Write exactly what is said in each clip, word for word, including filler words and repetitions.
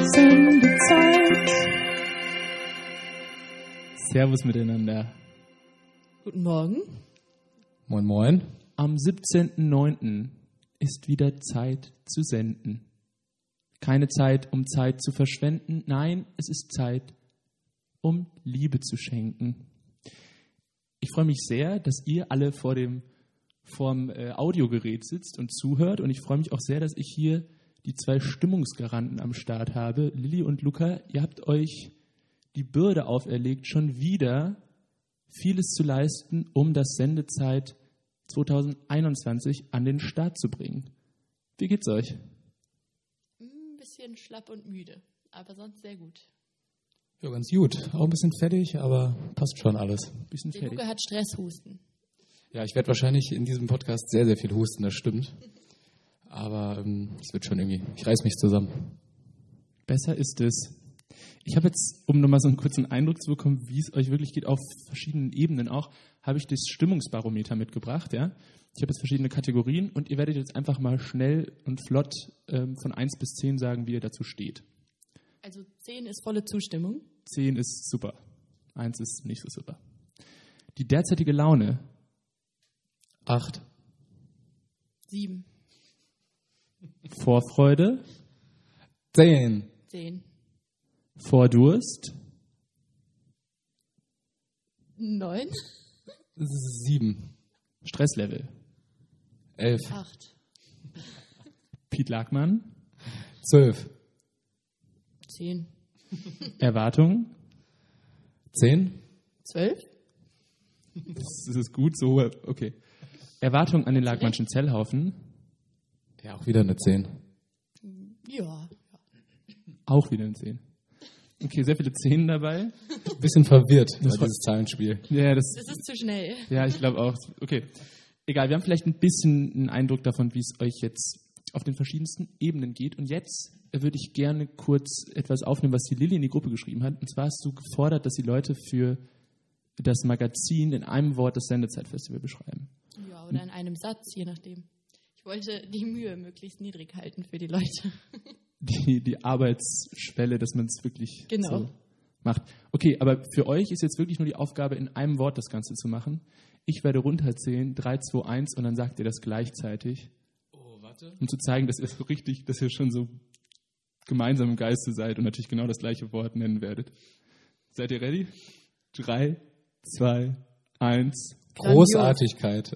Sendezeit. Servus miteinander. Guten Morgen. Moin, moin. Am siebzehnten neunten ist wieder Zeit zu senden. Keine Zeit, um Zeit zu verschwenden. Nein, es ist Zeit, um Liebe zu schenken. Ich freue mich sehr, dass ihr alle vor dem vorm äh, Audiogerät sitzt und zuhört. Und ich freue mich auch sehr, dass ich hier die zwei Stimmungsgaranten am Start habe. Lilly und Luca, ihr habt euch die Bürde auferlegt, schon wieder vieles zu leisten, um das Sendezeit zwanzig einundzwanzig an den Start zu bringen. Wie geht's euch? Ein bisschen schlapp und müde, aber sonst sehr gut. Ja, ganz gut. Auch ein bisschen fertig, aber passt schon alles. Bisschen Der fertig. Luca hat Stresshusten. Ja, ich werde wahrscheinlich in diesem Podcast sehr, sehr viel husten, das stimmt. Aber ähm, es wird schon irgendwie, ich reiß mich zusammen. Besser ist es. Ich habe jetzt, um nochmal so einen kurzen Eindruck zu bekommen, wie es euch wirklich geht, auf verschiedenen Ebenen auch, habe ich das Stimmungsbarometer mitgebracht. Ja? Ich habe jetzt verschiedene Kategorien und ihr werdet jetzt einfach mal schnell und flott ähm, von eins bis zehn sagen, wie ihr dazu steht. Also zehn ist volle Zustimmung. zehn ist super, eins ist nicht so super. Die derzeitige Laune? Acht. sieben. Vorfreude? Zehn. zehn. Vordurst? neun. Sieben. Stresslevel? Elf. acht. Piet Lagmann? Zwölf. zehn. Erwartung? Zehn. zwölf. Das ist gut so. Okay. Erwartung an den Lagmannschen Zellhaufen? Ja, auch wieder eine Zehn. Ja. Auch wieder eine zehn. Okay, sehr viele Zehnen dabei. Bisschen verwirrt, Das bei dieses Zahlenspiel. Ja, das, Das ist zu schnell. ja, ich glaube auch. Okay, egal. Wir haben vielleicht ein bisschen einen Eindruck davon, wie es euch jetzt auf den verschiedensten Ebenen geht. Und jetzt würde ich gerne kurz etwas aufnehmen, was die Lilly in die Gruppe geschrieben hat. Und zwar hast du gefordert, dass die Leute für das Magazin in einem Wort das Sendezeitfestival beschreiben. Ja, oder in einem Satz, je nachdem. Ich wollte die Mühe möglichst niedrig halten für die Leute. Die, die Arbeitsschwelle, dass man es wirklich Genau. so macht. Okay, aber für euch ist jetzt wirklich nur die Aufgabe, in einem Wort das Ganze zu machen. Ich werde runterzählen, drei, zwei, eins und dann sagt ihr das gleichzeitig. Oh, warte. Um zu zeigen, dass ihr so richtig, dass ihr schon so gemeinsam im Geiste seid und natürlich genau das gleiche Wort nennen werdet. Seid ihr ready? Drei, zwei, eins. Großartigkeit.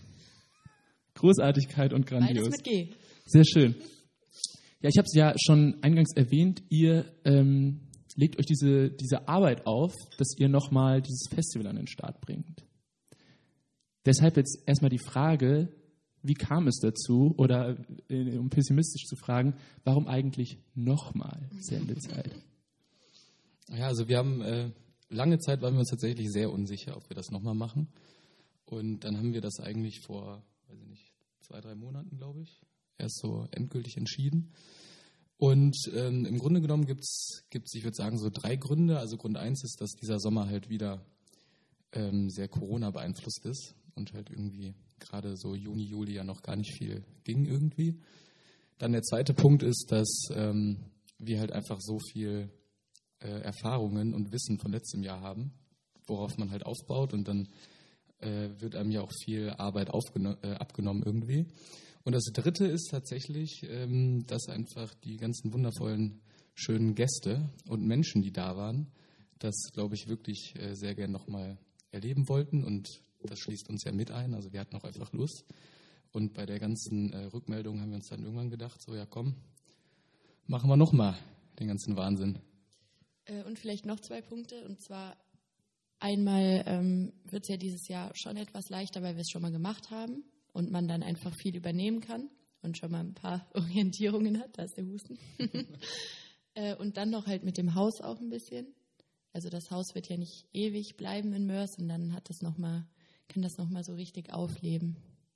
Großartigkeit und grandios. Beides mit G. Sehr schön. Ja, ich habe es ja schon eingangs erwähnt, ihr ähm, legt euch diese, diese Arbeit auf, dass ihr nochmal dieses Festival an den Start bringt. Deshalb jetzt erstmal die Frage, wie kam es dazu, oder äh, um pessimistisch zu fragen, warum eigentlich nochmal Sendezeit? Ja, also wir haben, äh, lange Zeit waren wir uns tatsächlich sehr unsicher, ob wir das nochmal machen. Und dann haben wir das eigentlich vor, weiß ich nicht, zwei, drei Monaten, glaube ich, erst so endgültig entschieden. Und ähm, im Grunde genommen gibt es, ich würde sagen, so drei Gründe. Also Grund eins ist, dass dieser Sommer halt wieder ähm, sehr Corona beeinflusst ist und halt irgendwie gerade so Juni, Juli ja noch gar nicht viel ging irgendwie. Dann der zweite Punkt ist, dass ähm, wir halt einfach so viel äh, Erfahrungen und Wissen von letztem Jahr haben, worauf man halt aufbaut, und dann äh, wird einem ja auch viel Arbeit aufgeno- äh, abgenommen irgendwie. Und das dritte ist tatsächlich, ähm, dass einfach die ganzen wundervollen, schönen Gäste und Menschen, die da waren, das, glaube ich, wirklich äh, sehr gern nochmal erleben wollten, und das schließt uns ja mit ein. Also wir hatten auch einfach Lust. Und bei der ganzen äh, Rückmeldung haben wir uns dann irgendwann gedacht, so ja komm, machen wir nochmal den ganzen Wahnsinn. Äh, und vielleicht noch zwei Punkte. Und zwar einmal ähm, wird es ja dieses Jahr schon etwas leichter, weil wir es schon mal gemacht haben und man dann einfach viel übernehmen kann und schon mal ein paar Orientierungen hat. Da ist der Husten. äh, und dann noch halt mit dem Haus auch ein bisschen. Also das Haus wird ja nicht ewig bleiben in Moers, und dann hat das noch mal, kann das nochmal so richtig aufleben.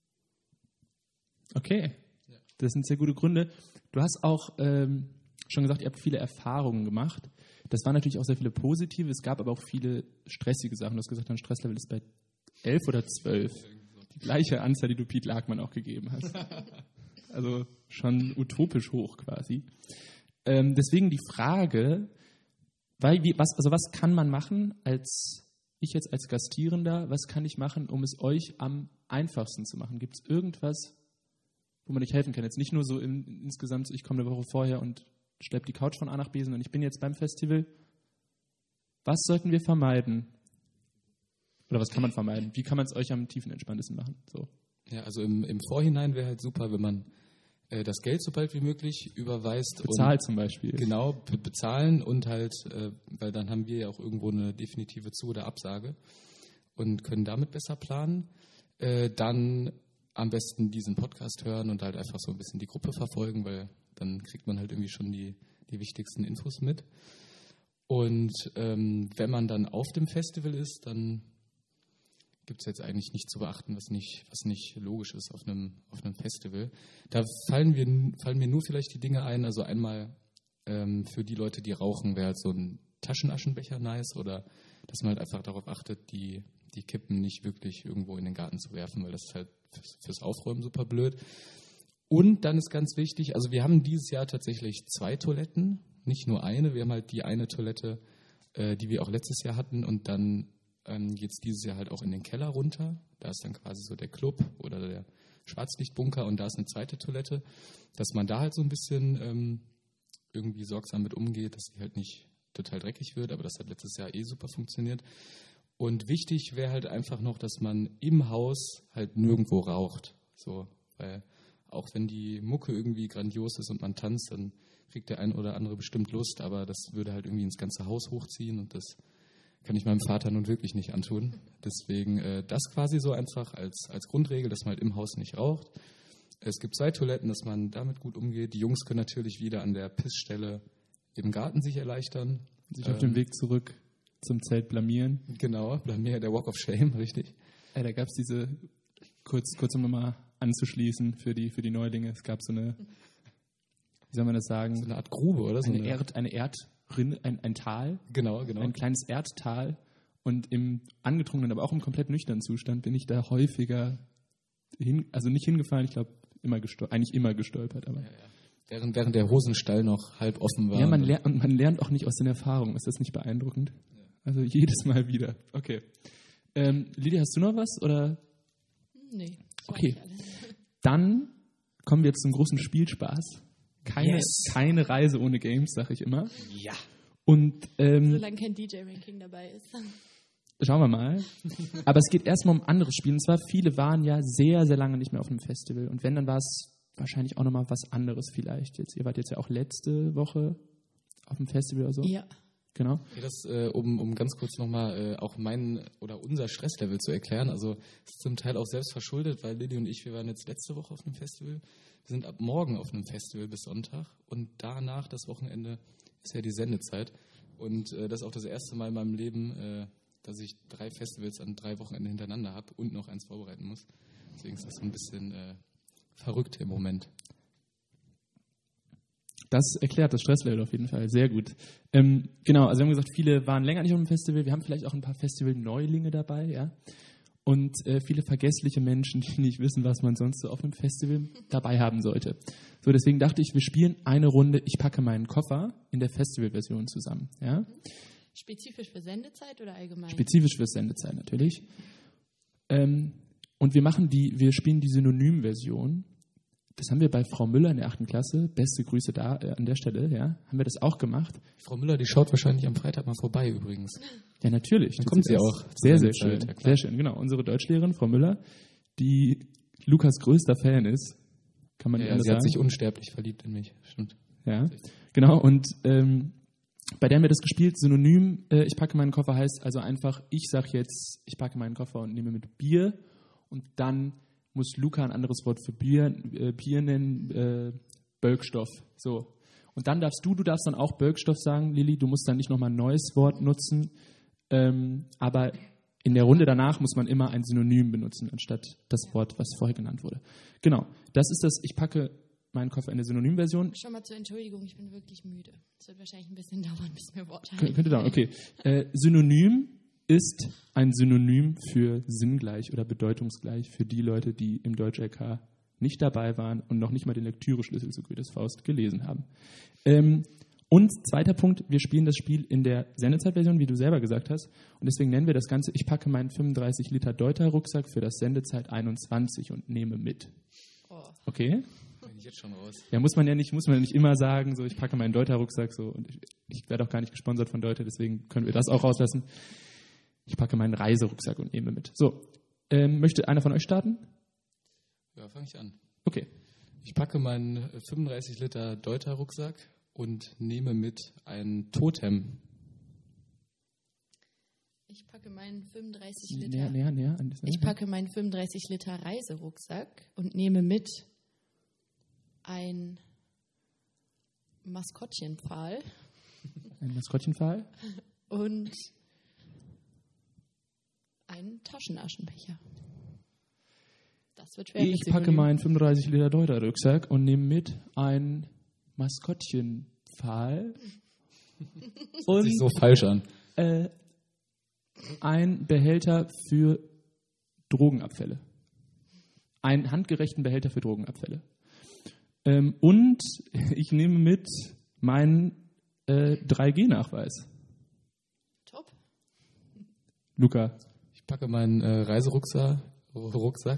Okay, das sind sehr gute Gründe. Du hast auch ähm, schon gesagt, ihr habt viele Erfahrungen gemacht. Das waren natürlich auch sehr viele positive, es gab aber auch viele stressige Sachen. Du hast gesagt, dein Stresslevel ist bei elf oder zwölf. Die gleiche Anzahl, die du Piet Lagmann auch gegeben hast. Also schon utopisch hoch quasi. Ähm, deswegen die Frage, weil, wie, was, also was kann man machen als, ich jetzt als Gastierender, was kann ich machen, um es euch am einfachsten zu machen? Gibt es irgendwas, wo man euch helfen kann? Jetzt nicht nur so in, insgesamt, ich komme eine Woche vorher und schleppe die Couch von A nach B, sondern ich bin jetzt beim Festival. Was sollten wir vermeiden? Oder was kann man vermeiden? Wie kann man es euch am tiefenentspanntesten machen? So. Ja, also im, im Vorhinein wäre halt super, wenn man äh, das Geld so bald wie möglich überweist. Bezahlt und, zum Beispiel. Genau, be- bezahlen und halt, äh, weil dann haben wir ja auch irgendwo eine definitive Zu- oder Absage und können damit besser planen. Äh, dann am besten diesen Podcast hören und halt einfach so ein bisschen die Gruppe verfolgen, weil dann kriegt man halt irgendwie schon die, die wichtigsten Infos mit. Und ähm, wenn man dann auf dem Festival ist, dann gibt es jetzt eigentlich nichts zu beachten, was nicht, was nicht logisch ist auf einem, auf einem Festival. Da fallen, wir, fallen mir nur vielleicht die Dinge ein, also einmal ähm, für die Leute, die rauchen, wäre halt so ein Taschenaschenbecher nice oder dass man halt einfach darauf achtet, die, die Kippen nicht wirklich irgendwo in den Garten zu werfen, weil das ist halt fürs, fürs Aufräumen super blöd. Und dann ist ganz wichtig, also wir haben dieses Jahr tatsächlich zwei Toiletten, nicht nur eine. Wir haben halt die eine Toilette, äh, die wir auch letztes Jahr hatten und dann ähm, geht es dieses Jahr halt auch in den Keller runter. Da ist dann quasi so der Club oder der Schwarzlichtbunker und da ist eine zweite Toilette, dass man da halt so ein bisschen ähm, irgendwie sorgsam mit umgeht, dass die halt nicht total dreckig wird, aber das hat letztes Jahr eh super funktioniert. Und wichtig wäre halt einfach noch, dass man im Haus halt nirgendwo raucht. So, weil auch wenn die Mucke irgendwie grandios ist und man tanzt, dann kriegt der ein oder andere bestimmt Lust, aber das würde halt irgendwie ins ganze Haus hochziehen und das kann ich meinem Vater nun wirklich nicht antun. Deswegen äh, das quasi so einfach als, als Grundregel, dass man halt im Haus nicht raucht. Es gibt zwei Toiletten, dass man damit gut umgeht. Die Jungs können natürlich wieder an der Pissstelle im Garten sich erleichtern. Sich auf dem Weg zurück zum Zelt blamieren. Genau, blamieren, der Walk of Shame, richtig. Ja, da gab es diese, kurz, kurz um mal anzuschließen für die, für die Neulinge, es gab so eine, wie soll man das sagen? So eine Art Grube, oder? So eine, Erd, eine Erdrinne, ein, ein Tal. Genau, genau. Ein kleines Erdtal. Und im angetrunkenen, aber auch im komplett nüchternen Zustand bin ich da häufiger, hin, also nicht hingefallen, ich glaube, immer gestol- eigentlich immer gestolpert. Aber ja, ja. Während, während der Hosenstall noch halb offen war. Ja, man lernt, und man lernt auch nicht aus den Erfahrungen. Ist das nicht beeindruckend? Ja. Also jedes Mal wieder. Okay. Ähm, Lydia, hast du noch was? Oder? Nee. Okay. Dann kommen wir jetzt zum großen Spielspaß. Keine, yes. keine Reise ohne Games, sag ich immer. Ja. Und, ähm, solange kein D J-Ranking dabei ist. Schauen wir mal. Aber es geht erstmal um anderes Spiel. Und zwar, viele waren ja sehr, sehr lange nicht mehr auf einem Festival. Und wenn, dann war es wahrscheinlich auch nochmal was anderes vielleicht. Jetzt, ihr wart jetzt ja auch letzte Woche auf dem Festival oder so. Ja. Genau. Ja, das, äh, um, um ganz kurz nochmal äh, auch mein oder unser Stresslevel zu erklären. Also es ist zum Teil auch selbst verschuldet, weil Lilly und ich, wir waren jetzt letzte Woche auf einem Festival. Wir sind ab morgen auf einem Festival bis Sonntag. Und danach, das Wochenende, ist ja die Sendezeit. Und äh, das ist auch das erste Mal in meinem Leben, äh, dass ich drei Festivals an drei Wochenenden hintereinander habe und noch eins vorbereiten muss. Deswegen ist das so ein bisschen äh, verrückt im Moment. Das erklärt das Stresslevel auf jeden Fall. Sehr gut. Ähm, genau, also wir haben gesagt, viele waren länger nicht auf dem Festival. Wir haben vielleicht auch ein paar Festival-Neulinge dabei, ja. Und äh, viele vergessliche Menschen, die nicht wissen, was man sonst so auf einem Festival dabei haben sollte. So, deswegen dachte ich, wir spielen eine Runde Ich packe meinen Koffer in der Festival-Version zusammen, ja. Spezifisch für Sendezeit oder allgemein? Spezifisch für Sendezeit natürlich. Ähm, und wir machen die, wir spielen die Synonym-Version. Das haben wir bei Frau Müller in der achten Klasse. Beste Grüße da äh, an der Stelle, ja. Haben wir das auch gemacht. Frau Müller, die schaut wahrscheinlich am Freitag mal vorbei übrigens. Ja, natürlich. Dann kommt sie auch. Sehr, sehr schön. Ja, sehr schön, genau. Unsere Deutschlehrerin, Frau Müller, die Lukas größter Fan ist, kann man ja, nicht ja, anders sie sagen. hat sich unsterblich verliebt in mich, stimmt. Ja, genau. Und ähm, bei der haben wir das gespielt. Synonym, äh, ich packe meinen Koffer heißt also einfach, ich sage jetzt, ich packe meinen Koffer und nehme mit Bier und dann muss Luca ein anderes Wort für Bier, äh, Bier nennen, äh, Bölkstoff. So. Und dann darfst du, du darfst dann auch Bölkstoff sagen, Lilly, du musst dann nicht nochmal ein neues Wort nutzen, ähm, aber in der Runde danach muss man immer ein Synonym benutzen, anstatt das Wort, was vorher genannt wurde. Genau, das ist das, ich packe meinen Koffer in der Synonymversion. Schon mal zur Entschuldigung, ich bin wirklich müde. Es wird wahrscheinlich ein bisschen dauern, bis mir Worte Kön- Könnte dauern, okay. Äh, Synonym ist ein Synonym für sinngleich oder bedeutungsgleich für die Leute, die im Deutsch-L K nicht dabei waren und noch nicht mal den Lektüre-Schlüssel zu Goethes Faust gelesen haben. Ähm, und zweiter Punkt, wir spielen das Spiel in der Sendezeitversion, wie du selber gesagt hast. Und deswegen nennen wir das Ganze, ich packe meinen fünfunddreißig Liter Deuter-Rucksack für das Sendezeit einundzwanzig und nehme mit. Okay? Bin ich jetzt schon raus. Ja, muss man ja nicht, muss man ja nicht immer sagen, so ich packe meinen Deuter-Rucksack so und ich, ich werde auch gar nicht gesponsert von Deuter, deswegen können wir das auch rauslassen. Ich packe meinen Reiserucksack und nehme mit. So, ähm, möchte einer von euch starten? Ja, fange ich an. Okay. Ich packe meinen fünfunddreißig Liter Deuter-Rucksack und nehme mit ein Totem. Ich packe meinen fünfunddreißig Liter. Näher, näher, näher an Ich packe meinen fünfunddreißig Liter Reiserucksack und nehme mit ein Maskottchenpfahl. Ein Maskottchenpfahl? Und einen Taschenaschenbecher. Das wird schwer. Ich packe meinen fünfunddreißig Liter Deuter-Rucksack und nehme mit ein Maskottchenpfahl und Sieht sich so falsch an. Äh, ein Behälter für Drogenabfälle. Einen handgerechten Behälter für Drogenabfälle. Ähm, und ich nehme mit meinen äh, drei G Nachweis. Top. Luca. Ich packe meinen äh, Reiserucksack Rucksack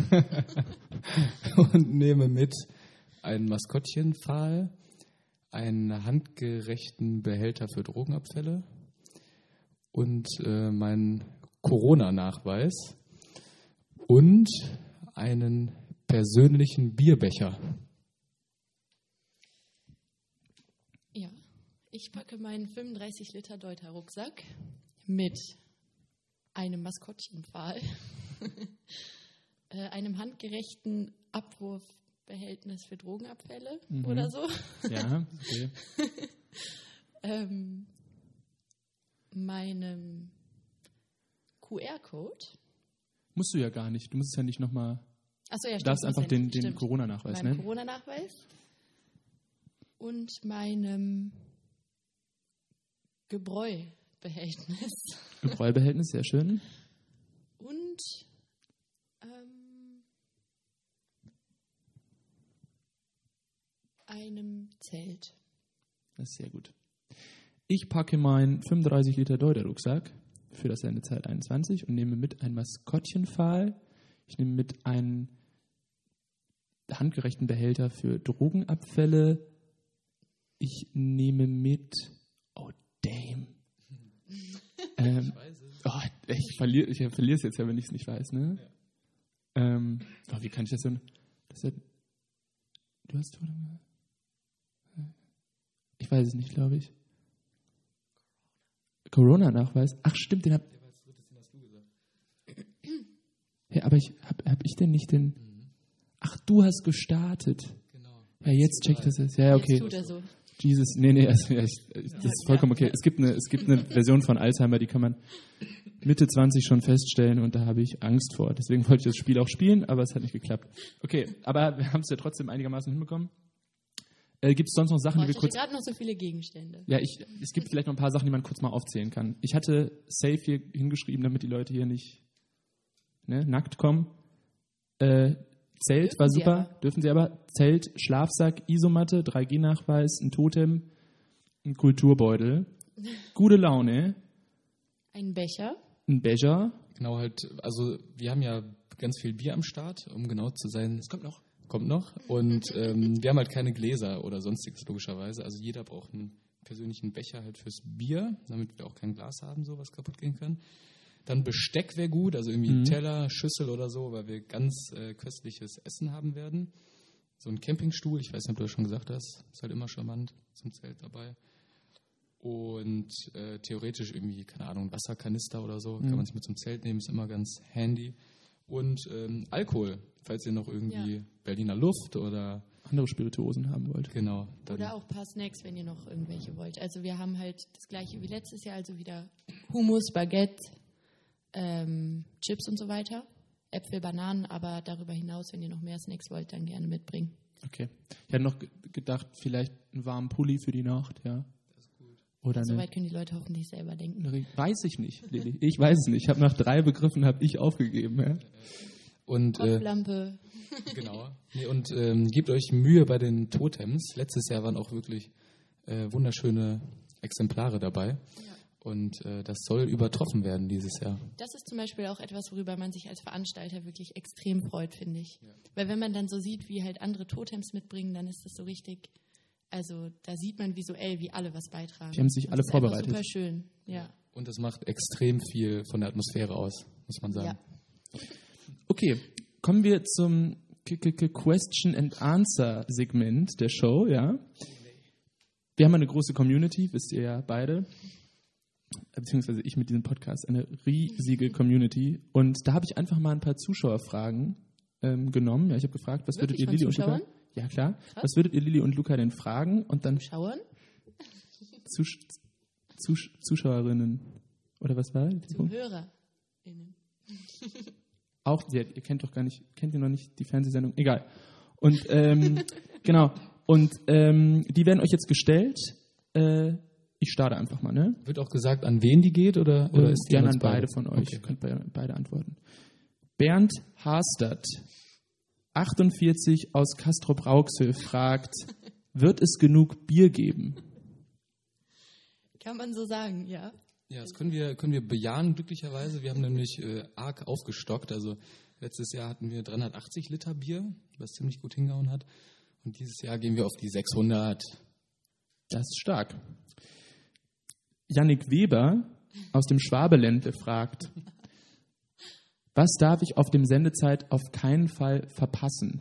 und nehme mit einen Maskottchenpfahl, einen handgerechten Behälter für Drogenabfälle und äh, meinen Corona-Nachweis und einen persönlichen Bierbecher. Ja, ich packe meinen fünfunddreißig Liter Deuter Rucksack mit einem Maskottchenpfahl, äh, einem handgerechten Abwurfbehältnis für Drogenabfälle Mhm. oder so. Ja, okay. ähm, meinem Q R-Code. Musst du ja gar nicht. Du musst es ja nicht nochmal. Achso, ja, Du stimmt. darfst einfach muss den, ja- den stimmt. Corona-Nachweis Meinem nennen. Corona-Nachweis und meinem Gebräubehältnis Gebräubehältnis, sehr schön. und ähm, einem Zelt. Das ist sehr gut. Ich packe meinen fünfunddreißig Liter Deuter-Rucksack für das Sendezeit einundzwanzig und nehme mit ein Maskottchenpfahl. Ich nehme mit einen handgerechten Behälter für Drogenabfälle. Ich nehme mit... Oh, damn. ähm, oh, ich verliere ich verliere es jetzt ja, wenn ich es nicht weiß, ne? Ja. Ähm, oh, wie kann ich das denn... Das ist ja, du hast... Ich weiß es nicht, glaube ich. Corona-Nachweis? Ach, stimmt, den hab... Ja, aber ich, hab, hab ich denn nicht den... Ach, du hast gestartet. Genau. Ja, jetzt checkt das jetzt. Ja, ja, okay. Jetzt tut er so. Jesus, nee, nee, also, ja, ich, das ist vollkommen okay. Es gibt, eine, es gibt eine Version von Alzheimer, die kann man Mitte zwanzig schon feststellen und da habe ich Angst vor. Deswegen wollte ich das Spiel auch spielen, aber es hat nicht geklappt. Okay, aber wir haben es ja trotzdem einigermaßen hinbekommen. Äh, gibt es sonst noch Sachen, Oh, die ich wir hatte kurz... gerade noch so viele Gegenstände. Ja, ich, es gibt vielleicht noch ein paar Sachen, die man kurz mal aufzählen kann. Ich hatte safe hier hingeschrieben, damit die Leute hier nicht ne, nackt kommen. Äh, Zelt Dürfen war sie super, aber. dürfen sie aber. Zelt, Schlafsack, Isomatte, drei G Nachweis, ein Totem, ein Kulturbeutel, gute Laune, Ein Becher. ein Becher. Genau, halt, also wir haben ja ganz viel Bier am Start, um genau zu sein. Das kommt noch. Kommt noch. Und ähm, wir haben halt keine Gläser oder sonstiges, logischerweise. Also jeder braucht einen persönlichen Becher halt fürs Bier, damit wir auch kein Glas haben, so was kaputt gehen kann. Dann Besteck wäre gut, also irgendwie Mhm. Teller, Schüssel oder so, weil wir ganz äh, köstliches Essen haben werden. So ein Campingstuhl, ich weiß nicht, ob du das schon gesagt hast, ist halt immer charmant zum Zelt dabei. Und äh, theoretisch irgendwie, keine Ahnung, ein Wasserkanister oder so, Mhm. kann man sich mit zum Zelt nehmen, ist immer ganz handy. Und ähm, Alkohol, falls ihr noch irgendwie Ja. Berliner Luft oder Andere Spirituosen haben wollt. genau. Dann, Oder auch ein paar Snacks, wenn ihr noch irgendwelche wollt. Also wir haben halt das gleiche wie letztes Jahr, also wieder Hummus, Baguette, ähm, Chips und so weiter. Äpfel, Bananen, aber darüber hinaus, wenn ihr noch mehr Snacks wollt, dann gerne mitbringen. Okay. Ich hatte noch ge- gedacht, vielleicht einen warmen Pulli für die Nacht, ja. Oder eine, Soweit können die Leute hoffentlich selber denken. eine Re- weiß ich nicht, Lili. Ich weiß es nicht. Ich habe nach drei Begriffen habe ich aufgegeben, ja. Und, äh, Kopflampe. genau. Nee, und ähm, gebt euch Mühe bei den Totems. Letztes Jahr waren auch wirklich äh, wunderschöne Exemplare dabei. Ja. Und äh, das soll übertroffen werden dieses Jahr. Das ist zum Beispiel auch etwas, worüber man sich als Veranstalter wirklich extrem freut, finde ich. Ja. Weil wenn man dann so sieht, wie halt andere Totems mitbringen, dann ist das so richtig, also da sieht man visuell, wie alle was beitragen. Die haben sich alle das vorbereitet. Super schön, ja. Und das macht extrem viel von der Atmosphäre aus, muss man sagen. Ja. Okay, kommen wir zum Question and Answer Segment der Show, ja. Wir haben eine große Community, wisst ihr ja beide. Beziehungsweise ich mit diesem Podcast, eine riesige Community. Und da habe ich einfach mal ein paar Zuschauerfragen ähm, genommen. Ja, ich habe gefragt, was Wirklich, würdet ihr Lilly und Zuschauern? Luca... Ja, klar. Krass. Was würdet ihr Lilly und Luca denn fragen? Und dann Zuschauern? Zus Zus Zuschauerinnen. Oder was war das? ZuhörerInnen. Auch, ja, ihr kennt doch gar nicht, kennt ihr noch nicht die Fernsehsendung? Egal. Und, ähm, genau. Und ähm, die werden euch jetzt gestellt. Äh, Ich starte einfach mal, ne? Wird auch gesagt, an wen die geht? Oder, oder ist die gerne an an beide von euch. Okay. Könnt beide, beide antworten. Bernd Harstadt, achtundvierzig aus Castrop-Rauxel, fragt, wird es genug Bier geben? Kann man so sagen, ja. Ja, das können wir, können wir bejahen, glücklicherweise. Wir haben nämlich äh, arg aufgestockt. Also letztes Jahr hatten wir dreihundertachtzig Liter Bier, was ziemlich gut hingehauen hat. Und dieses Jahr gehen wir auf die sechshundert. Das ist stark. Jannik Weber aus dem Schwabeländle fragt, was darf ich auf dem Sendezeit auf keinen Fall verpassen?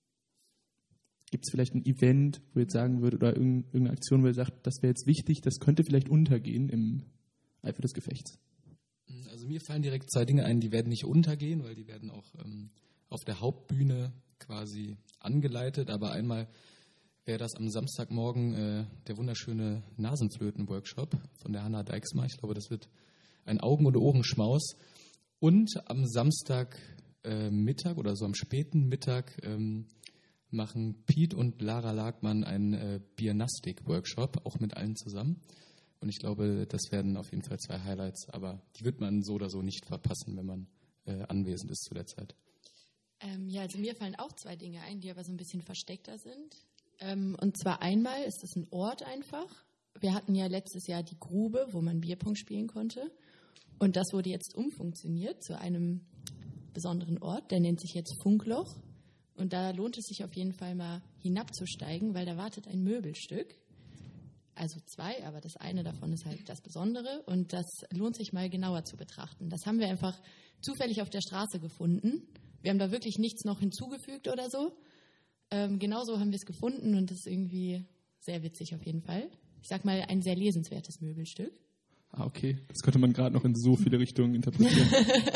Gibt es vielleicht ein Event, wo ihr jetzt sagen würdet, oder irgendeine Aktion, wo ihr sagt, das wäre jetzt wichtig, das könnte vielleicht untergehen im Eifer des Gefechts? Also mir fallen direkt zwei Dinge ein, die werden nicht untergehen, weil die werden auch ähm, auf der Hauptbühne quasi angeleitet, aber einmal wäre das am Samstagmorgen äh, der wunderschöne Nasenflöten-Workshop von der Hanna Deichsmar. Ich glaube, das wird ein Augen- und Ohrenschmaus. Und am Samstag äh, Mittag oder so am späten Mittag ähm, machen Piet und Lara Lagmann einen äh, Biernastik-Workshop, auch mit allen zusammen. Und ich glaube, das werden auf jeden Fall zwei Highlights, aber die wird man so oder so nicht verpassen, wenn man äh, anwesend ist zu der Zeit. Ähm, ja, also mir fallen auch zwei Dinge ein, die aber so ein bisschen versteckter sind. Ähm, und zwar einmal ist es ein Ort einfach. Wir hatten ja letztes Jahr die Grube, wo man Bierpong spielen konnte. Und das wurde jetzt umfunktioniert zu einem besonderen Ort. Der nennt sich jetzt Funkloch. Und da lohnt es sich auf jeden Fall mal hinabzusteigen, weil da wartet ein Möbelstück. Also zwei, aber das eine davon ist halt das Besondere. Und das lohnt sich mal genauer zu betrachten. Das haben wir einfach zufällig auf der Straße gefunden. Wir haben da wirklich nichts noch hinzugefügt oder so. Ähm, genauso haben wir es gefunden und das ist irgendwie sehr witzig auf jeden Fall. Ich sag mal, ein sehr lesenswertes Möbelstück. Ah, okay. Das könnte man gerade noch in so viele Richtungen interpretieren.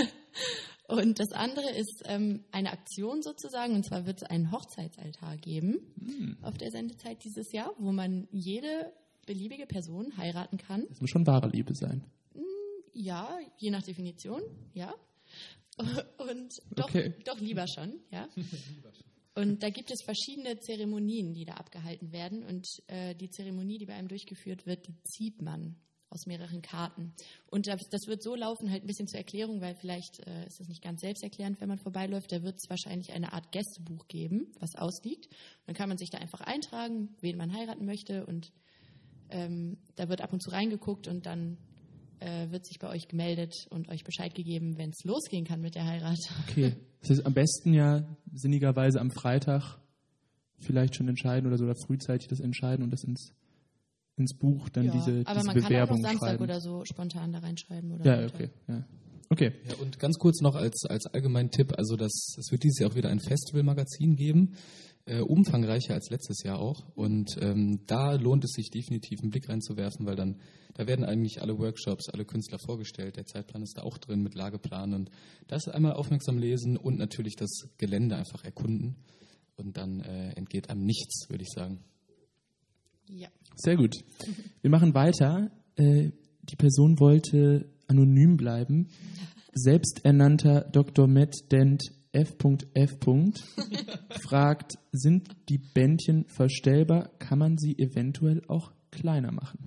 Und das andere ist ähm, eine Aktion sozusagen, und zwar wird es einen Hochzeitsaltar geben hm. auf der Sendezeit dieses Jahr, wo man jede beliebige Person heiraten kann. Das muss schon wahre Liebe sein. Ja, je nach Definition, ja. Und doch, okay. doch lieber schon, ja. Und da gibt es verschiedene Zeremonien, die da abgehalten werden. Und äh, die Zeremonie, die bei einem durchgeführt wird, die zieht man aus mehreren Karten. Und das, das wird so laufen, halt ein bisschen zur Erklärung, weil vielleicht äh, ist das nicht ganz selbsterklärend, wenn man vorbeiläuft. Da wird es wahrscheinlich eine Art Gästebuch geben, was ausliegt. Dann kann man sich da einfach eintragen, wen man heiraten möchte. Und ähm, da wird ab und zu reingeguckt und dann äh, wird sich bei euch gemeldet und euch Bescheid gegeben, wenn es losgehen kann mit der Heirat. Okay. Das ist am besten ja sinnigerweise am Freitag vielleicht schon entscheiden oder so, oder frühzeitig das entscheiden und das ins, ins Buch dann ja, diese, aber diese man Bewerbung kann auch Samstag schreiben. oder so spontan da reinschreiben. Oder ja, runter. okay. Ja. Okay. Ja, und ganz kurz noch als, als allgemeinen Tipp, also das, es wird dieses Jahr auch wieder ein Festivalmagazin geben, äh, umfangreicher als letztes Jahr auch. Und ähm, da lohnt es sich definitiv einen Blick reinzuwerfen, weil dann, da werden eigentlich alle Workshops, alle Künstler vorgestellt. Der Zeitplan ist da auch drin mit Lageplan und das einmal aufmerksam lesen und natürlich das Gelände einfach erkunden. Und dann äh, entgeht einem nichts, würde ich sagen. Ja. Sehr gut. Wir machen weiter. Äh, die Person wollte anonym bleiben. Selbsternannter Doktor Matt Dent F F fragt, sind die Bändchen verstellbar? Kann man sie eventuell auch kleiner machen?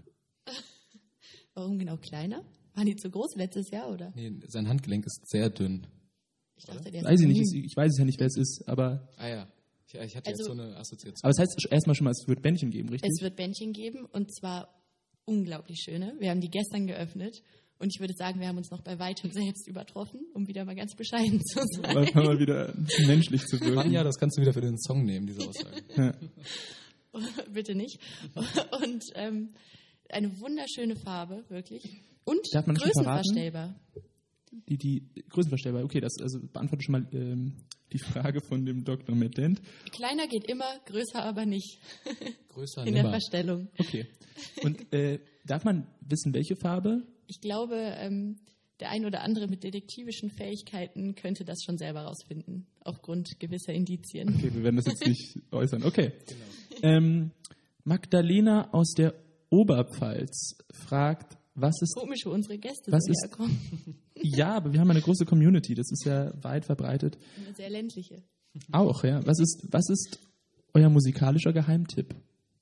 Warum genau kleiner? Waren die zu groß letztes Jahr, oder? Nee, sein Handgelenk ist sehr dünn. Ich dachte, der Weiß ich ist nicht, ich, ich weiß es ja nicht, wer es ist, aber... Ah ja, ich, ich hatte Also- jetzt so eine Assoziation. Aber es heißt erstmal schon mal, es wird Bändchen geben, richtig? Es wird Bändchen geben und zwar unglaublich schöne. Wir haben die gestern geöffnet und ich würde sagen, wir haben uns noch bei weitem selbst übertroffen, um wieder mal ganz bescheiden zu sein. Mal, mal wieder ein bisschen menschlich zu wirken. Manja, das kannst du wieder für den Song nehmen, diese Aussage. Ja. Bitte nicht. Und ähm, eine wunderschöne Farbe, wirklich. Und Darf man das schon größenverstellbar. Die, die Größenverstellbar, okay, das also beantwortet schon mal ähm, die Frage von dem Doktor Medent. Kleiner geht immer, größer aber nicht Größer, in der nimmer. Verstellung. Okay. Und äh, darf man wissen, welche Farbe? Ich glaube, ähm, der ein oder andere mit detektivischen Fähigkeiten könnte das schon selber rausfinden, aufgrund gewisser Indizien. Okay, wir werden das jetzt nicht äußern. Okay. Genau. Ähm, Magdalena aus der Oberpfalz fragt, was ist... Komisch, wo unsere Gäste Was so ist- herkommen. Ja, aber wir haben eine große Community, das ist ja weit verbreitet. Eine sehr ländliche. Auch, ja. Was ist, was ist euer musikalischer Geheimtipp?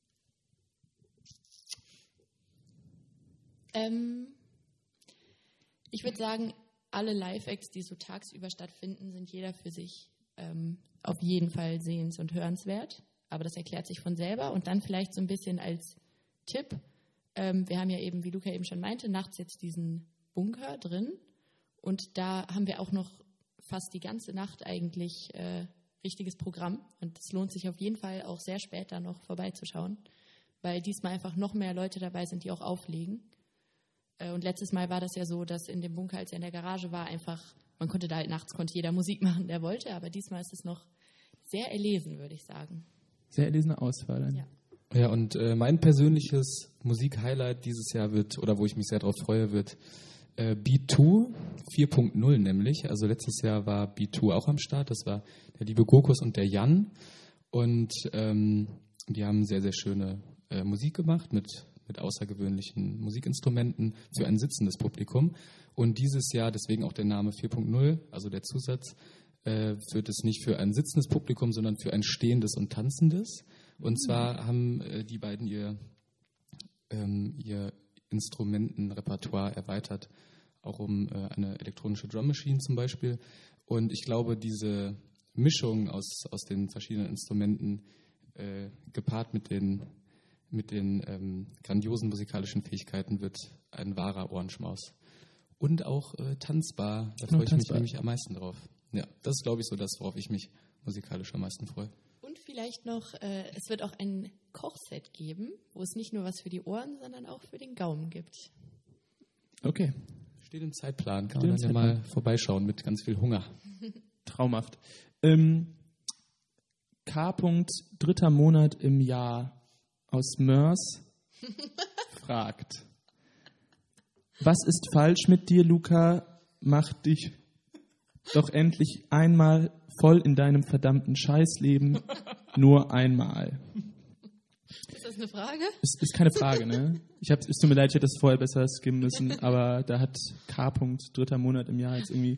Ähm, ich würde sagen, alle Live-Acts, die so tagsüber stattfinden, sind jeder für sich ähm, auf jeden Fall sehens- und hörenswert. Aber das erklärt sich von selber. Und dann vielleicht so ein bisschen als Tipp. Ähm, wir haben ja eben, wie Luca eben schon meinte, nachts jetzt diesen Bunker drin. Und da haben wir auch noch fast die ganze Nacht eigentlich äh, richtiges Programm. Und es lohnt sich auf jeden Fall auch sehr spät da noch vorbeizuschauen, weil diesmal einfach noch mehr Leute dabei sind, die auch auflegen. Äh, und letztes Mal war das ja so, dass in dem Bunker, als er in der Garage war, einfach, man konnte da halt nachts, konnte jeder Musik machen, der wollte. Aber diesmal ist es noch sehr erlesen, würde ich sagen. Sehr erlesene Auswahl. Dann. Ja. Ja, und äh, mein persönliches Musik-Highlight dieses Jahr wird, oder wo ich mich sehr darauf freue, wird äh, Beat zwei vier Punkt null nämlich. Also letztes Jahr war Beat zwei auch am Start. Das war der liebe Gokus und der Jan. Und ähm, die haben sehr, sehr schöne äh, Musik gemacht mit, mit außergewöhnlichen Musikinstrumenten für ein sitzendes Publikum. Und dieses Jahr, deswegen auch der Name vier Punkt null, also der Zusatz, äh, wird es nicht für ein sitzendes Publikum, sondern für ein stehendes und tanzendes. Und zwar haben äh, die beiden ihr, ähm, ihr Instrumentenrepertoire erweitert, auch um äh, eine elektronische Drum Machine zum Beispiel. Und ich glaube, diese Mischung aus, aus den verschiedenen Instrumenten, äh, gepaart mit den, mit den ähm, grandiosen musikalischen Fähigkeiten, wird ein wahrer Ohrenschmaus. Und auch äh, tanzbar, da Genau, freue ich tanzbar. mich nämlich am meisten drauf. Ja, das ist, glaube ich, so das, worauf ich mich musikalisch am meisten freue. Und vielleicht noch, äh, es wird auch ein Kochset geben, wo es nicht nur was für die Ohren, sondern auch für den Gaumen gibt. Okay, Steht im Zeitplan, kann Steht man im dann ja mal vorbeischauen mit ganz viel Hunger. traumhaft. Ähm, K. dritter Monat im Jahr aus Mörs fragt, was ist falsch mit dir, Luca? Mach dich doch endlich einmal voll in deinem verdammten Scheißleben, nur einmal. Ist das eine Frage? Ist, ist keine Frage, ne? Ich hab, es tut mir leid, ich hätte das vorher besser skimmen müssen, aber da hat K. dritter Monat im Jahr jetzt irgendwie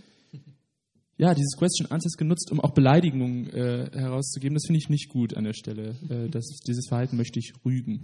ja, dieses Question Answers genutzt, um auch Beleidigungen äh, herauszugeben. Das finde ich nicht gut an der Stelle. Äh, das, dieses Verhalten möchte ich rügen.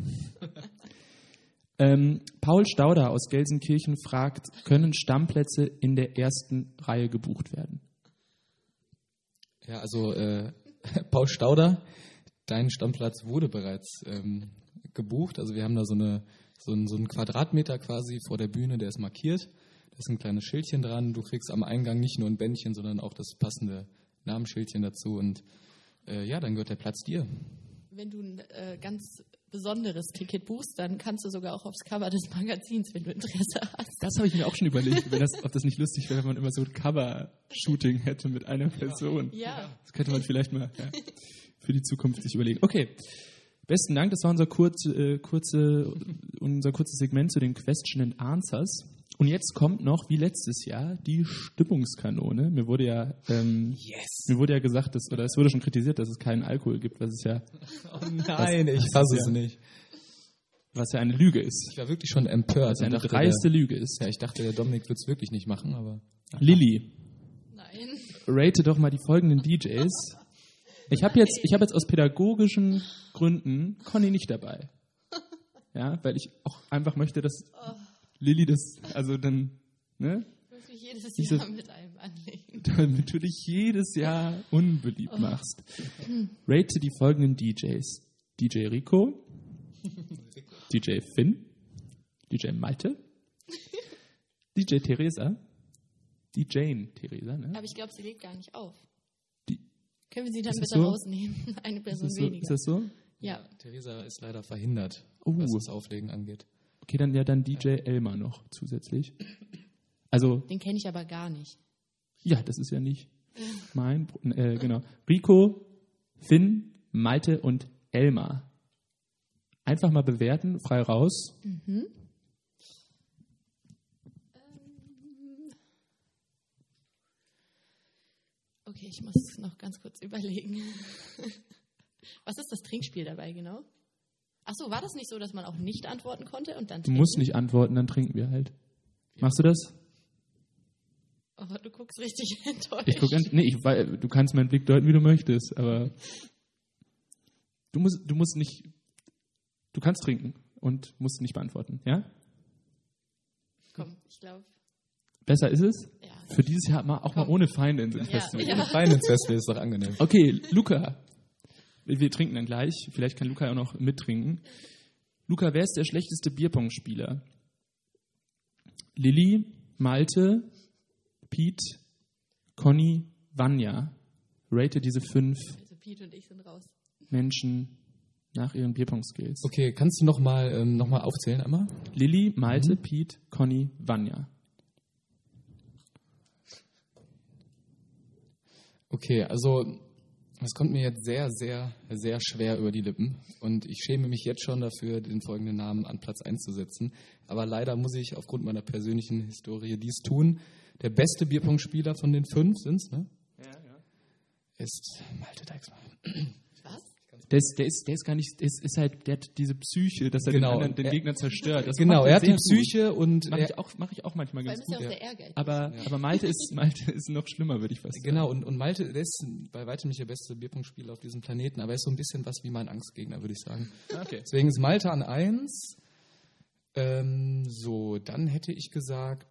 ähm, Paul Stauder aus Gelsenkirchen fragt, können Stammplätze in der ersten Reihe gebucht werden? Ja, also äh, Paul Stauder, dein Stammplatz wurde bereits ähm, gebucht. Also wir haben da so, eine, so, ein, so einen Quadratmeter quasi vor der Bühne, der ist markiert. Da ist ein kleines Schildchen dran. Du kriegst am Eingang nicht nur ein Bändchen, sondern auch das passende Namensschildchen dazu. Und äh, ja, dann gehört der Platz dir. Wenn du ein äh, ganz besonderes Ticket buchst, dann kannst du sogar auch aufs Cover des Magazins, wenn du Interesse hast. Das habe ich mir auch schon überlegt, wenn das, ob das nicht lustig wäre, wenn man immer so ein Cover-Shooting hätte mit einer Person. Ja. Das könnte man vielleicht mal ja, für die Zukunft sich überlegen. Okay, besten Dank. Das war unser, kurz, äh, kurze, unser kurzes Segment zu den Question and Answers. Und jetzt kommt noch, wie letztes Jahr, die Stimmungskanone. Mir wurde ja, ähm, Yes! mir wurde ja gesagt, dass, oder es wurde schon kritisiert, dass es keinen Alkohol gibt, was es ja, Oh nein, ich fasse es ja. nicht. was ja eine Lüge ist. Ich war wirklich schon empört. Was ja eine und dachte, dreiste der, Lüge ist. ja, ich dachte, der Dominik wird es wirklich nicht machen, aber... Lilly, Nein. rate doch mal die folgenden D Js. Ich habe jetzt, ich habe jetzt aus pädagogischen Gründen Conny nicht dabei. Ja, weil ich auch einfach möchte, dass Lilly das, also dann, ne? Ich muss mich jedes Diese- Jahr mit einem anlegen. damit du dich jedes Jahr unbeliebt oh. machst. Rate die folgenden D Js. D J Rico, D J Finn, D J Malte, D J Theresa, D J Theresa, ne? Aber ich glaube, sie legt gar nicht auf. Die, Können wir sie dann bitte so? rausnehmen? Eine Person ist so? weniger. Ist das so? Ja. Theresa ist leider verhindert, Oh. was das Auflegen angeht. Okay, dann ja dann D J Elmar noch zusätzlich. Also, Den kenne ich aber gar nicht. ja, das ist ja nicht mein, Pro- äh, genau. Rico, Finn, Malte und Elmar. Einfach mal bewerten, frei raus. Mhm. Okay, ich muss noch ganz kurz überlegen. Was ist das Trinkspiel dabei genau? Ach so, war das nicht so, dass man auch nicht antworten konnte und dann Du trinken? musst nicht antworten, dann trinken wir halt. Machst du das? Oh, du guckst richtig enttäuscht. Ich guck an, nee, ich, weil, du kannst meinen Blick deuten, wie du möchtest, aber du musst, du musst nicht, du kannst trinken und musst nicht beantworten, ja? Komm, ich glaube, Besser ist es? ja. Für dieses Jahr mal, auch mal Komm. ohne Feinde ins Ja, Festival. ja. Fein ins Festival ist doch angenehm. Okay, Luca. Wir, wir trinken dann gleich. Vielleicht kann Luca auch noch mittrinken. Luca, wer ist der schlechteste Bierpong-Spieler? Lilly, Malte, Pete, Conny, Vanja. Rate diese fünf Also Pete und ich sind raus. Menschen nach ihren Bierpong-Skills. Okay, kannst du nochmal ähm, noch mal aufzählen einmal? Lilly, Malte, Mhm. Pete, Conny, Vanja. Okay, also es kommt mir jetzt sehr, sehr, sehr schwer über die Lippen und ich schäme mich jetzt schon dafür, den folgenden Namen an Platz eins zu setzen. Aber leider muss ich aufgrund meiner persönlichen Historie dies tun. Der beste Bierpong-Spieler von den fünf sind's, ne? Ja, ja. Ist Malte Deichsmann. Was? Der ist, der, ist, der ist gar nicht, der ist, ist halt, der hat diese Psyche, dass er Genau. den, anderen, den Er- Gegner zerstört. Das Genau, macht er hat die sehr gut. Psyche und Mache er, ich, auch- mach ich auch manchmal Vor ganz allem ist gut. er auch sehr ehrgeizig. Aber, aber Malte, ist, Malte ist noch schlimmer, würde ich fast sagen. genau, und, und Malte, der ist bei weitem nicht der beste Bierpong-Spieler auf diesem Planeten, aber er ist so ein bisschen was wie mein Angstgegner, würde ich sagen. Okay. Deswegen ist Malte an eins. Ähm, so, dann hätte ich gesagt,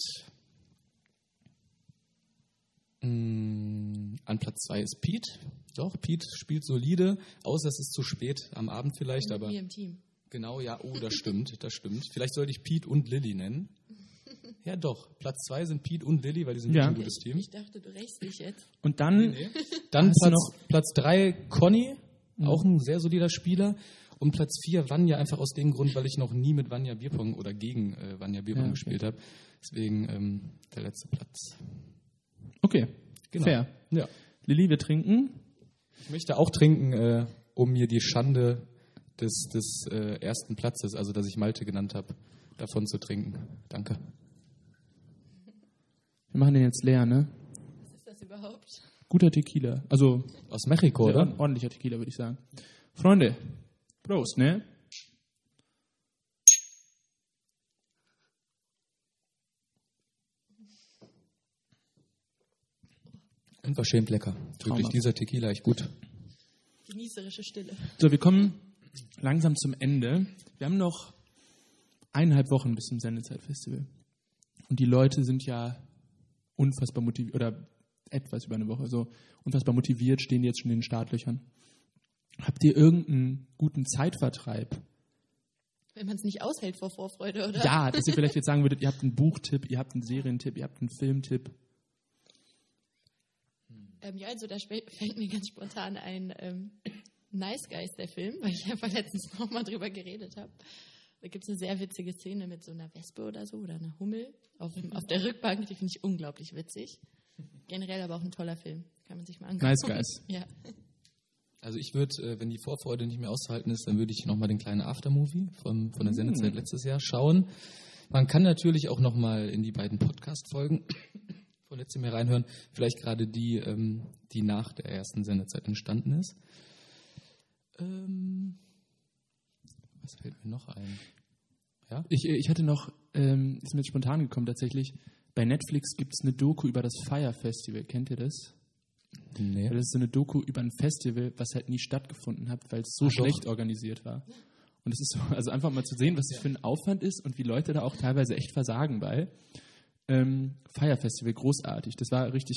mh, an Platz zwei ist Pete. Doch, Pete spielt solide, außer es ist zu spät am Abend vielleicht, Mit aber mir im Team. genau, ja, oh, das stimmt, das stimmt. Vielleicht sollte ich Pete und Lilly nennen. Ja, doch, Platz zwei sind Pete und Lilly, weil die sind Ja. ein gutes Team. Ich dachte, du rächst dich jetzt. Und dann, Dann Hast du Platz, Platz drei Conny, auch ein sehr solider Spieler. Und Platz vier Vanja, einfach aus dem Grund, weil ich noch nie mit Vanja Bierpong oder gegen äh, Vanja Bierpong Ja, okay. gespielt habe. Deswegen ähm, der letzte Platz. okay, Genau. fair. Ja. Lilly, wir trinken. Ich möchte auch trinken, äh, um mir die Schande des, des äh, ersten Platzes, also dass ich Malte genannt habe, davon zu trinken. Danke. Wir machen den jetzt leer, ne? Was ist das überhaupt? Guter Tequila. Also, Aus Mexiko, sehr oder? ord- ordentlicher Tequila, würde ich sagen. Freunde, Prost, ne? Unverschämt lecker. Wirklich, Traumhaft. dieser Tequila echt gut. Genießerische Stille. So, wir kommen langsam zum Ende. Wir haben noch eineinhalb Wochen bis zum Sendezeitfestival. Und die Leute sind ja unfassbar motiviert, oder etwas über eine Woche, so unfassbar motiviert, stehen jetzt schon in den Startlöchern. Habt ihr irgendeinen guten Zeitvertreib? Wenn man es nicht aushält vor Vorfreude, oder? Ja, dass ihr vielleicht jetzt sagen würdet, ihr habt einen Buchtipp, ihr habt einen Serientipp, ihr habt einen Filmtipp. Ähm, ja, also da sp- fällt mir ganz spontan ein ähm, Nice Guys, der Film, weil ich einfach letztens nochmal drüber geredet habe. Da gibt es eine sehr witzige Szene mit so einer Wespe oder so oder einer Hummel auf, auf der Rückbank, die finde ich unglaublich witzig. Generell aber auch ein toller Film, kann man sich mal angucken. Nice Guys. Ja. Also ich würde, äh, wenn die Vorfreude nicht mehr auszuhalten ist, dann würde ich nochmal den kleinen Aftermovie von, von der Sendezeit letztes Jahr schauen. Man kann natürlich auch nochmal in die beiden Podcast-Folgen von letztem Jahr reinhören. Vielleicht gerade die, ähm, die nach der ersten Sendezeit entstanden ist. Ähm, was fällt mir noch ein? Ja? Ich, ich hatte noch, ähm, ist mir jetzt spontan gekommen tatsächlich, bei Netflix gibt es eine Doku über das Fire Festival. Kennt ihr das? Nee. Das ist so eine Doku über ein Festival, was halt nie stattgefunden hat, weil es so Ach, schlecht doch. organisiert war. Und es ist so, also einfach mal zu sehen, was das für ein Aufwand ist und wie Leute da auch teilweise echt versagen bei. Ähm, Fire Festival, großartig. Das war richtig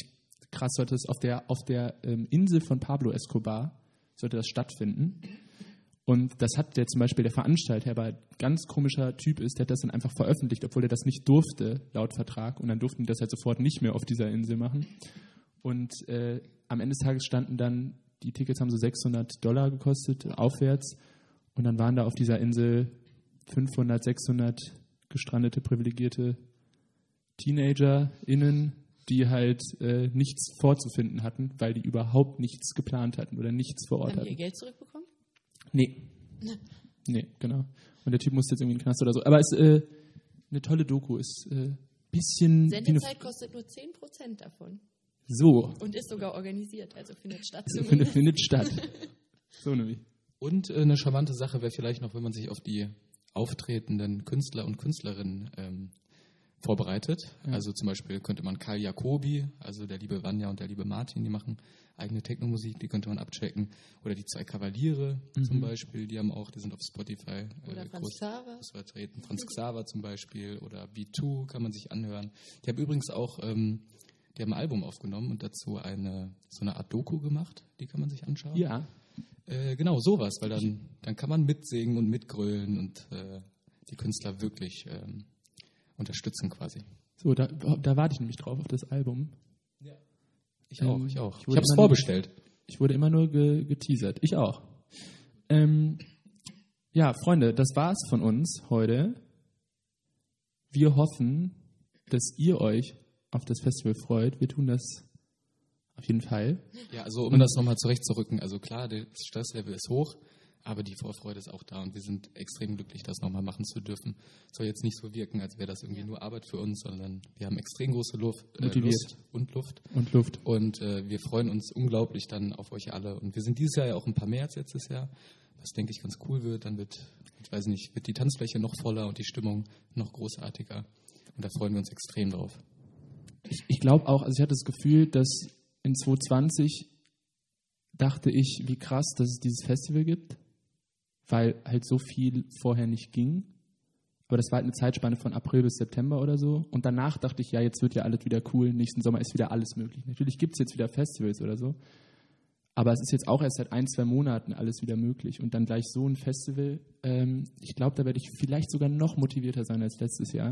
krass sollte es auf der, auf der ähm, Insel von Pablo Escobar sollte das stattfinden. Und das hat der zum Beispiel der Veranstalter, der aber ein ganz komischer Typ ist, der hat das dann einfach veröffentlicht, obwohl er das nicht durfte, laut Vertrag. Und dann durften die das halt sofort nicht mehr auf dieser Insel machen. Und äh, am Ende des Tages standen dann, die Tickets haben so sechshundert Dollar gekostet, aufwärts. Und dann waren da auf dieser Insel fünfhundert, sechshundert gestrandete, privilegierte TeenagerInnen, die halt äh, nichts vorzufinden hatten, weil die überhaupt nichts geplant hatten oder nichts vor Ort Haben die hatten. ihr Geld zurückbekommen? Nee. Nee, genau. Und der Typ musste jetzt irgendwie in den Knast oder so. Aber es ist äh, eine tolle Doku. Ist ein äh, bisschen... Sendezeit kostet nur zehn Prozent davon. So. Und ist sogar organisiert, also findet statt. Findet, findet statt. So nämlich. Und äh, eine charmante Sache wäre vielleicht noch, wenn man sich auf die auftretenden Künstler und Künstlerinnen ähm, vorbereitet. Ja. Also zum Beispiel könnte man Karl Jacobi, also der liebe Vanja und der liebe Martin, die machen eigene Techno-Musik, die könnte man abchecken. Oder die zwei Kavaliere mhm. zum Beispiel, die haben auch, die sind auf Spotify oder äh, Franz groß, Xaver. groß vertreten. Franz Xaver zum Beispiel oder V zwei kann man sich anhören. Die haben übrigens auch, ähm, die haben ein Album aufgenommen und dazu eine so eine Art Doku gemacht, die kann man sich anschauen. Ja. Äh, genau, sowas, weil dann, dann kann man mitsingen und mitgrölen und äh, die Künstler wirklich ähm, unterstützen quasi. So, da, da warte ich nämlich drauf, auf das Album. Ja. Ich auch, ähm, ich auch. Ich, ich habe es vorbestellt. Nur, ich wurde immer nur ge, geteasert. Ich auch. Ähm, ja, Freunde, das war's von uns heute. Wir hoffen, dass ihr euch auf das Festival freut. Wir tun das auf jeden Fall. Ja, also um das nochmal zurechtzurücken, also klar, das Stresslevel ist hoch, aber die Vorfreude ist auch da und wir sind extrem glücklich, das nochmal machen zu dürfen. Soll jetzt nicht so wirken, als wäre das irgendwie nur Arbeit für uns, sondern wir haben extrem große Luft, äh, Lust und Luft. Und Luft. Und äh, wir freuen uns unglaublich dann auf euch alle. Und wir sind dieses Jahr ja auch ein paar mehr als letztes Jahr, was denke ich ganz cool wird. Dann wird, ich weiß nicht, wird die Tanzfläche noch voller und die Stimmung noch großartiger. Und da freuen wir uns extrem drauf. Ich, ich glaube auch, also ich hatte das Gefühl, dass in zwanzig zwanzig dachte ich, wie krass, dass es dieses Festival gibt, weil halt so viel vorher nicht ging. Aber das war halt eine Zeitspanne von April bis September oder so. Und danach dachte ich, ja, jetzt wird ja alles wieder cool, nächsten Sommer ist wieder alles möglich. Natürlich gibt es jetzt wieder Festivals oder so, aber es ist jetzt auch erst seit ein, zwei Monaten alles wieder möglich. Und dann gleich so ein Festival, ähm, ich glaube, da werde ich vielleicht sogar noch motivierter sein als letztes Jahr.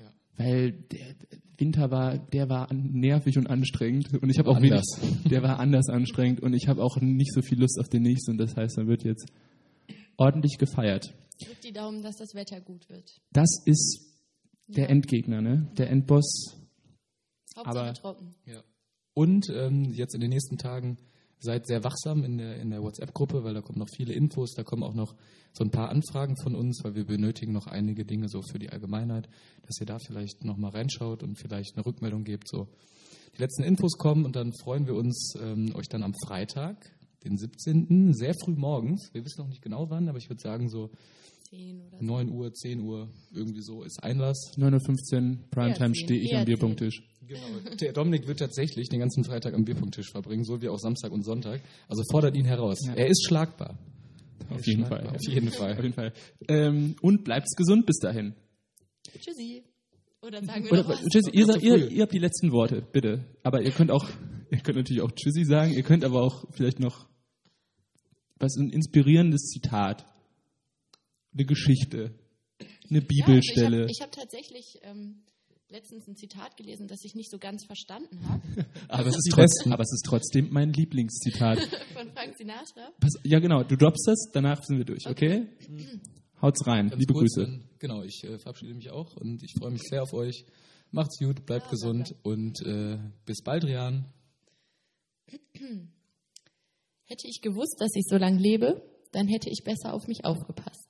Weil der Winter war, der war nervig und anstrengend und ich habe auch wenig, der war anders anstrengend und ich habe auch nicht so viel Lust auf den nächsten und das heißt, dann wird jetzt ordentlich gefeiert. Drückt die Daumen, dass das Wetter gut wird. Das ist der ja. Endgegner, ne? Der Endboss. Hauptsache aber trocken. Ja. Und ähm, jetzt in den nächsten Tagen seid sehr wachsam in der, in der WhatsApp-Gruppe, weil da kommen noch viele Infos, da kommen auch noch so ein paar Anfragen von uns, weil wir benötigen noch einige Dinge so für die Allgemeinheit, dass ihr da vielleicht noch mal reinschaut und vielleicht eine Rückmeldung gebt. So. Die letzten Infos kommen und dann freuen wir uns, ähm, euch dann am Freitag, den siebzehnten sehr früh morgens, wir wissen noch nicht genau wann, aber ich würde sagen so zehn oder neun Uhr, zehn Uhr, irgendwie so ist Einlass. neun Uhr fünfzehn, Primetime, stehe ich am Bierpunkttisch. Genau. Der Dominik wird tatsächlich den ganzen Freitag am Bierpunkttisch verbringen, so wie auch Samstag und Sonntag. Also fordert ihn heraus. Ja. Er ist schlagbar. Auf jeden, schlagbar. Fall. Auf jeden Fall. Auf jeden Fall. Ähm, und bleibt gesund bis dahin. Tschüssi. Oder sagen wir Oder, noch was? Tschüssi, ihr, ihr, ihr habt die letzten Worte, bitte. Aber ihr könnt auch, ihr könnt natürlich auch Tschüssi sagen. Ihr könnt aber auch vielleicht noch was ein inspirierendes Zitat, eine Geschichte, eine Bibelstelle. Ja, also ich habe hab tatsächlich ähm, letztens ein Zitat gelesen, das ich nicht so ganz verstanden habe. aber, es ist trotzdem, aber es ist trotzdem mein Lieblingszitat. Von Frank Sinatra? Pass, ja, genau. Du droppst das, danach sind wir durch, okay? okay? Haut's rein. Ganz Liebe kurz, Grüße. Dann, genau, ich äh, verabschiede mich auch und ich freue mich sehr auf euch. Macht's gut, bleibt ja, gesund danke. und äh, bis bald, Rian. Hätte ich gewusst, dass ich so lange lebe, dann hätte ich besser auf mich aufgepasst.